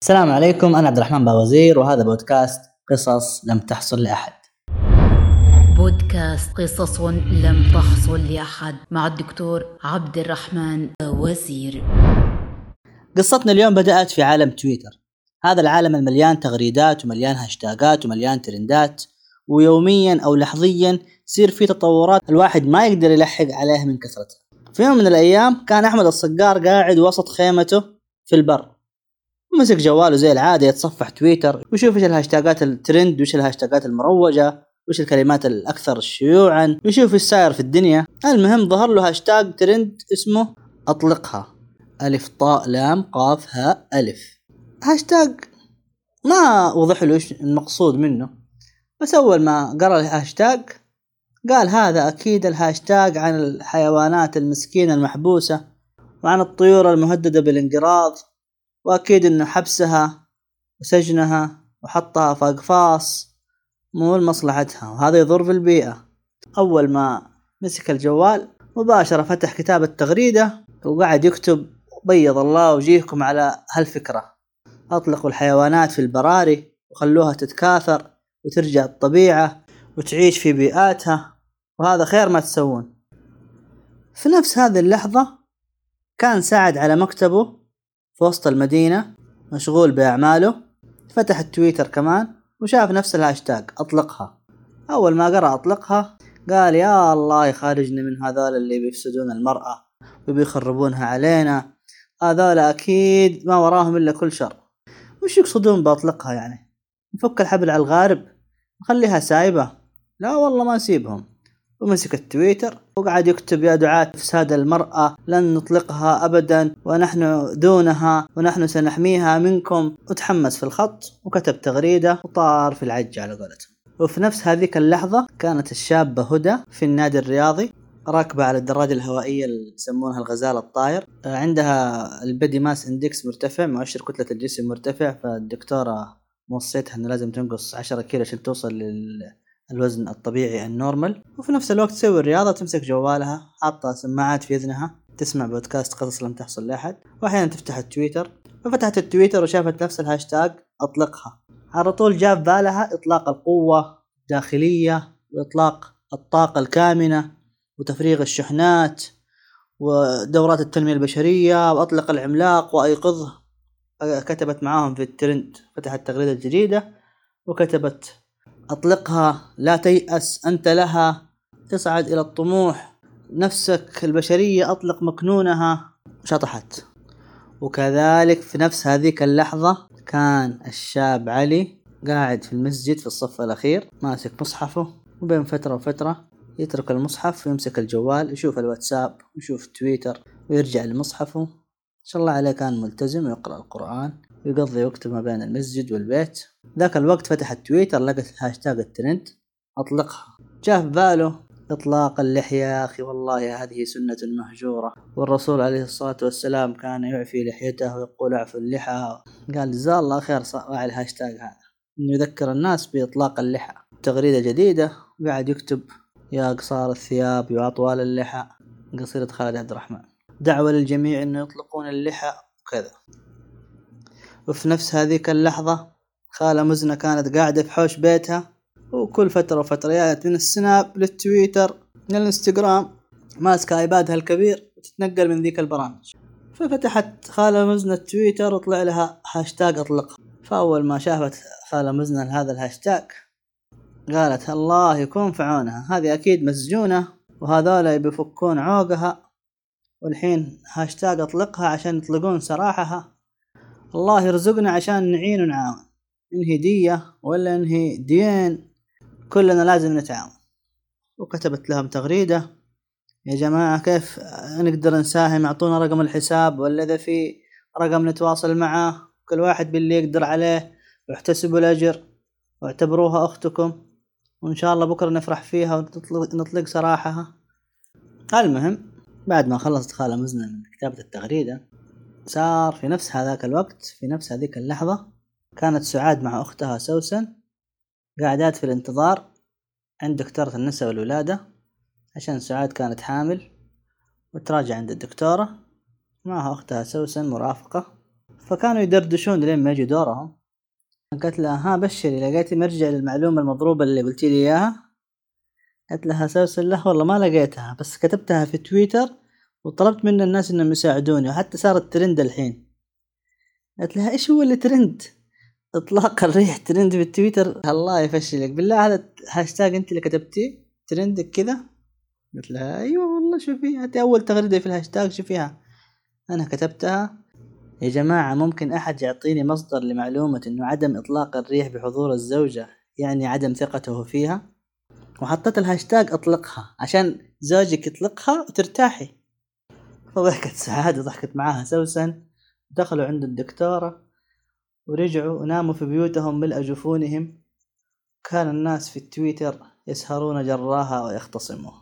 السلام عليكم، أنا عبد الرحمن باوزير وهذا بودكاست قصص لم تحصل لأحد. بودكاست قصص لم تحصل لأحد مع الدكتور عبد الرحمن باوزير. قصتنا اليوم بدأت في عالم تويتر، هذا العالم المليان تغريدات ومليان هاشتاجات ومليان ترندات، ويوميا أو لحظيا تصير فيه تطورات الواحد ما يقدر يلحق عليها من كثرتها. في يوم من الأيام كان أحمد الصقار قاعد وسط خيمته في البر، ومسك جواله زي العادة يتصفح تويتر ويشوف ايش الهاشتاجات الترند وايش الهاشتاجات المروجة وايش الكلمات الأكثر شيوعا ويشوف ايش صاير في الدنيا. المهم ظهر له هاشتاج ترند اسمه أطلقها، ألف طاء لام قاف هاء ألف. هاشتاج ما وضح له ايش المقصود منه، بس أول ما قرأ الهاشتاج قال هذا أكيد الهاشتاج عن الحيوانات المسكينة المحبوسة وعن الطيور المهددة بالانقراض، وأكيد إنه حبسها وسجنها وحطها في أقفاص مو لمصلحتها وهذا يضر في البيئة. أول ما مسك الجوال مباشرة فتح كتاب التغريدة وقعد يكتب بيض الله وجيهكم على هالفكرة، أطلقوا الحيوانات في البراري وخلوها تتكاثر وترجع الطبيعة وتعيش في بيئاتها، وهذا خير ما تسوون. في نفس هذه اللحظة كان سعد على مكتبه في وسط المدينة مشغول بأعماله، فتح التويتر كمان وشاف نفس الهاشتاج أطلقها. أول ما قرأ أطلقها قال يا الله يخارجنا من هذول اللي بيفسدون المرأة وبيخربونها علينا، هذول أكيد ما وراهم إلا كل شر، وش يقصدون بأطلقها؟ يعني نفك الحبل على الغارب نخليها سايبة؟ لا والله ما نسيبهم. ومسك التويتر وقعد يكتب يا دعاة فساد المرأة لن نطلقها أبدا ونحن دونها ونحن سنحميها منكم، وتحمس في الخط وكتب تغريدة وطار في العج على قولتهم. وفي نفس هذيك اللحظة كانت الشابة هدى في النادي الرياضي راكبة على الدراجة الهوائية اللي يسمونها الغزال الطاير، عندها البدي ماس اندكس مرتفع، مؤشر كتلة الجسم مرتفع، فالدكتورة موصيتها انه لازم تنقص 10 كيلو عشان توصل الوزن الطبيعي النورمال، وفي نفس الوقت تسوي الرياضة تمسك جوالها حاطة سماعات في اذنها تسمع بودكاست قصص لم تحصل لأحد، واحيانا تفتح التويتر. ففتحت التويتر وشافت نفس الهاشتاج أطلقها، على طول جاء في بالها إطلاق القوة الداخلية وإطلاق الطاقة الكامنة وتفريغ الشحنات ودورات التنمية البشرية وأطلق العملاق وأيقظه. كتبت معاهم في الترند، فتحت تغريدة جديدة وكتبت أطلقها لا تيأس أنت لها، تصعد إلى الطموح، نفسك البشرية أطلق مكنونها. شطحت. وكذلك في نفس هذيك اللحظة كان الشاب علي قاعد في المسجد في الصف الأخير ماسك مصحفه، وبين فترة وفترة يترك المصحف ويمسك الجوال يشوف الواتساب ويشوف تويتر ويرجع لمصحفه. إن شاء الله عليه كان ملتزم ويقرأ القرآن ويقضي وقته ما بين المسجد والبيت. ذاك الوقت فتح التويتر لقى هاشتاج الترند أطلقها، جاء في باله إطلاق اللحية يا أخي، والله هذه سنة مهجورة، والرسول عليه الصلاة والسلام كان يعفي لحيته ويقول اعفوا اللحى. قال جزاه الله خير راعي الهاشتاج هذا إنه يذكر الناس بإطلاق اللحى. تغريدة جديدة وقاعد يكتب يا قصار الثياب يا أطوال اللحى، قصيدة خالد عبد الرحمن، دعوة للجميع إنه يطلقون اللحى وكذا. وفي نفس هذيك اللحظة خالة مزنة كانت قاعدة في حوش بيتها، وكل فترة وفترة جاءت من السناب للتويتر للإنستغرام ماسكة ايبادها الكبير وتتنقل من ذيك البرامج. ففتحت خالة مزنة تويتر وطلع لها هاشتاج أطلقها. فأول ما شافت خالة مزنة هذا الهاشتاج قالت الله يكون في عونها، هذه أكيد مسجونة وهذولا بيفكون عوقها، والحين هاشتاج أطلقها عشان يطلقون سراحها. الله يرزقنا عشان نعين ونعاون، إنهي دية ولا إنهي دين كلنا لازم نتعاون. وكتبت لهم تغريدة يا جماعة كيف نقدر نساهم، اعطونا رقم الحساب ولا إذا في رقم نتواصل معه، كل واحد باللي يقدر عليه، واحتسبوا الأجر واعتبروها أختكم، وإن شاء الله بكرة نفرح فيها ونطلق سراحها. المهم بعد ما خلصت خالة مزنة من كتابة التغريدة صار في نفس هذاك الوقت في نفس هذيك اللحظة كانت سعاد مع أختها سوسن قاعدات في الانتظار عند دكتورة النساء والولادة، عشان سعاد كانت حامل وتراجع عند الدكتورة، معها أختها سوسن مرافقة. فكانوا يدردشون لين ما يجي دورهم. قالت لها ها بشري لقيتي مرجع للمعلومة المضروبة اللي قلتي لي إياها؟ قالت لها سوسن لا والله ما لقيتها، بس كتبتها في تويتر وطلبت من الناس إنهم يساعدوني وحتى صارت ترند الحين. قالت لها إيش هو اللي ترند؟ إطلاق الريح ترند في التويتر؟ الله يفشلك بالله، هذا هاشتاج أنت اللي كتبتيه ترندك كذا؟ قلت لها أيوة والله شوفي هاتي أول تغريدة في الهاشتاج شوفيها أنا كتبتها. يا جماعة ممكن أحد يعطيني مصدر لمعلومة إنه عدم إطلاق الريح بحضور الزوجة يعني عدم ثقته فيها؟ وحطيت الهاشتاج أطلقها عشان زوجك يطلقها وترتاحي. فضحكت سعادة ضحكت معاها سوسن، دخلوا عند الدكتورة ورجعوا وناموا في بيوتهم ملء جفونهم. كان الناس في التويتر يسهرون جراها ويختصموا.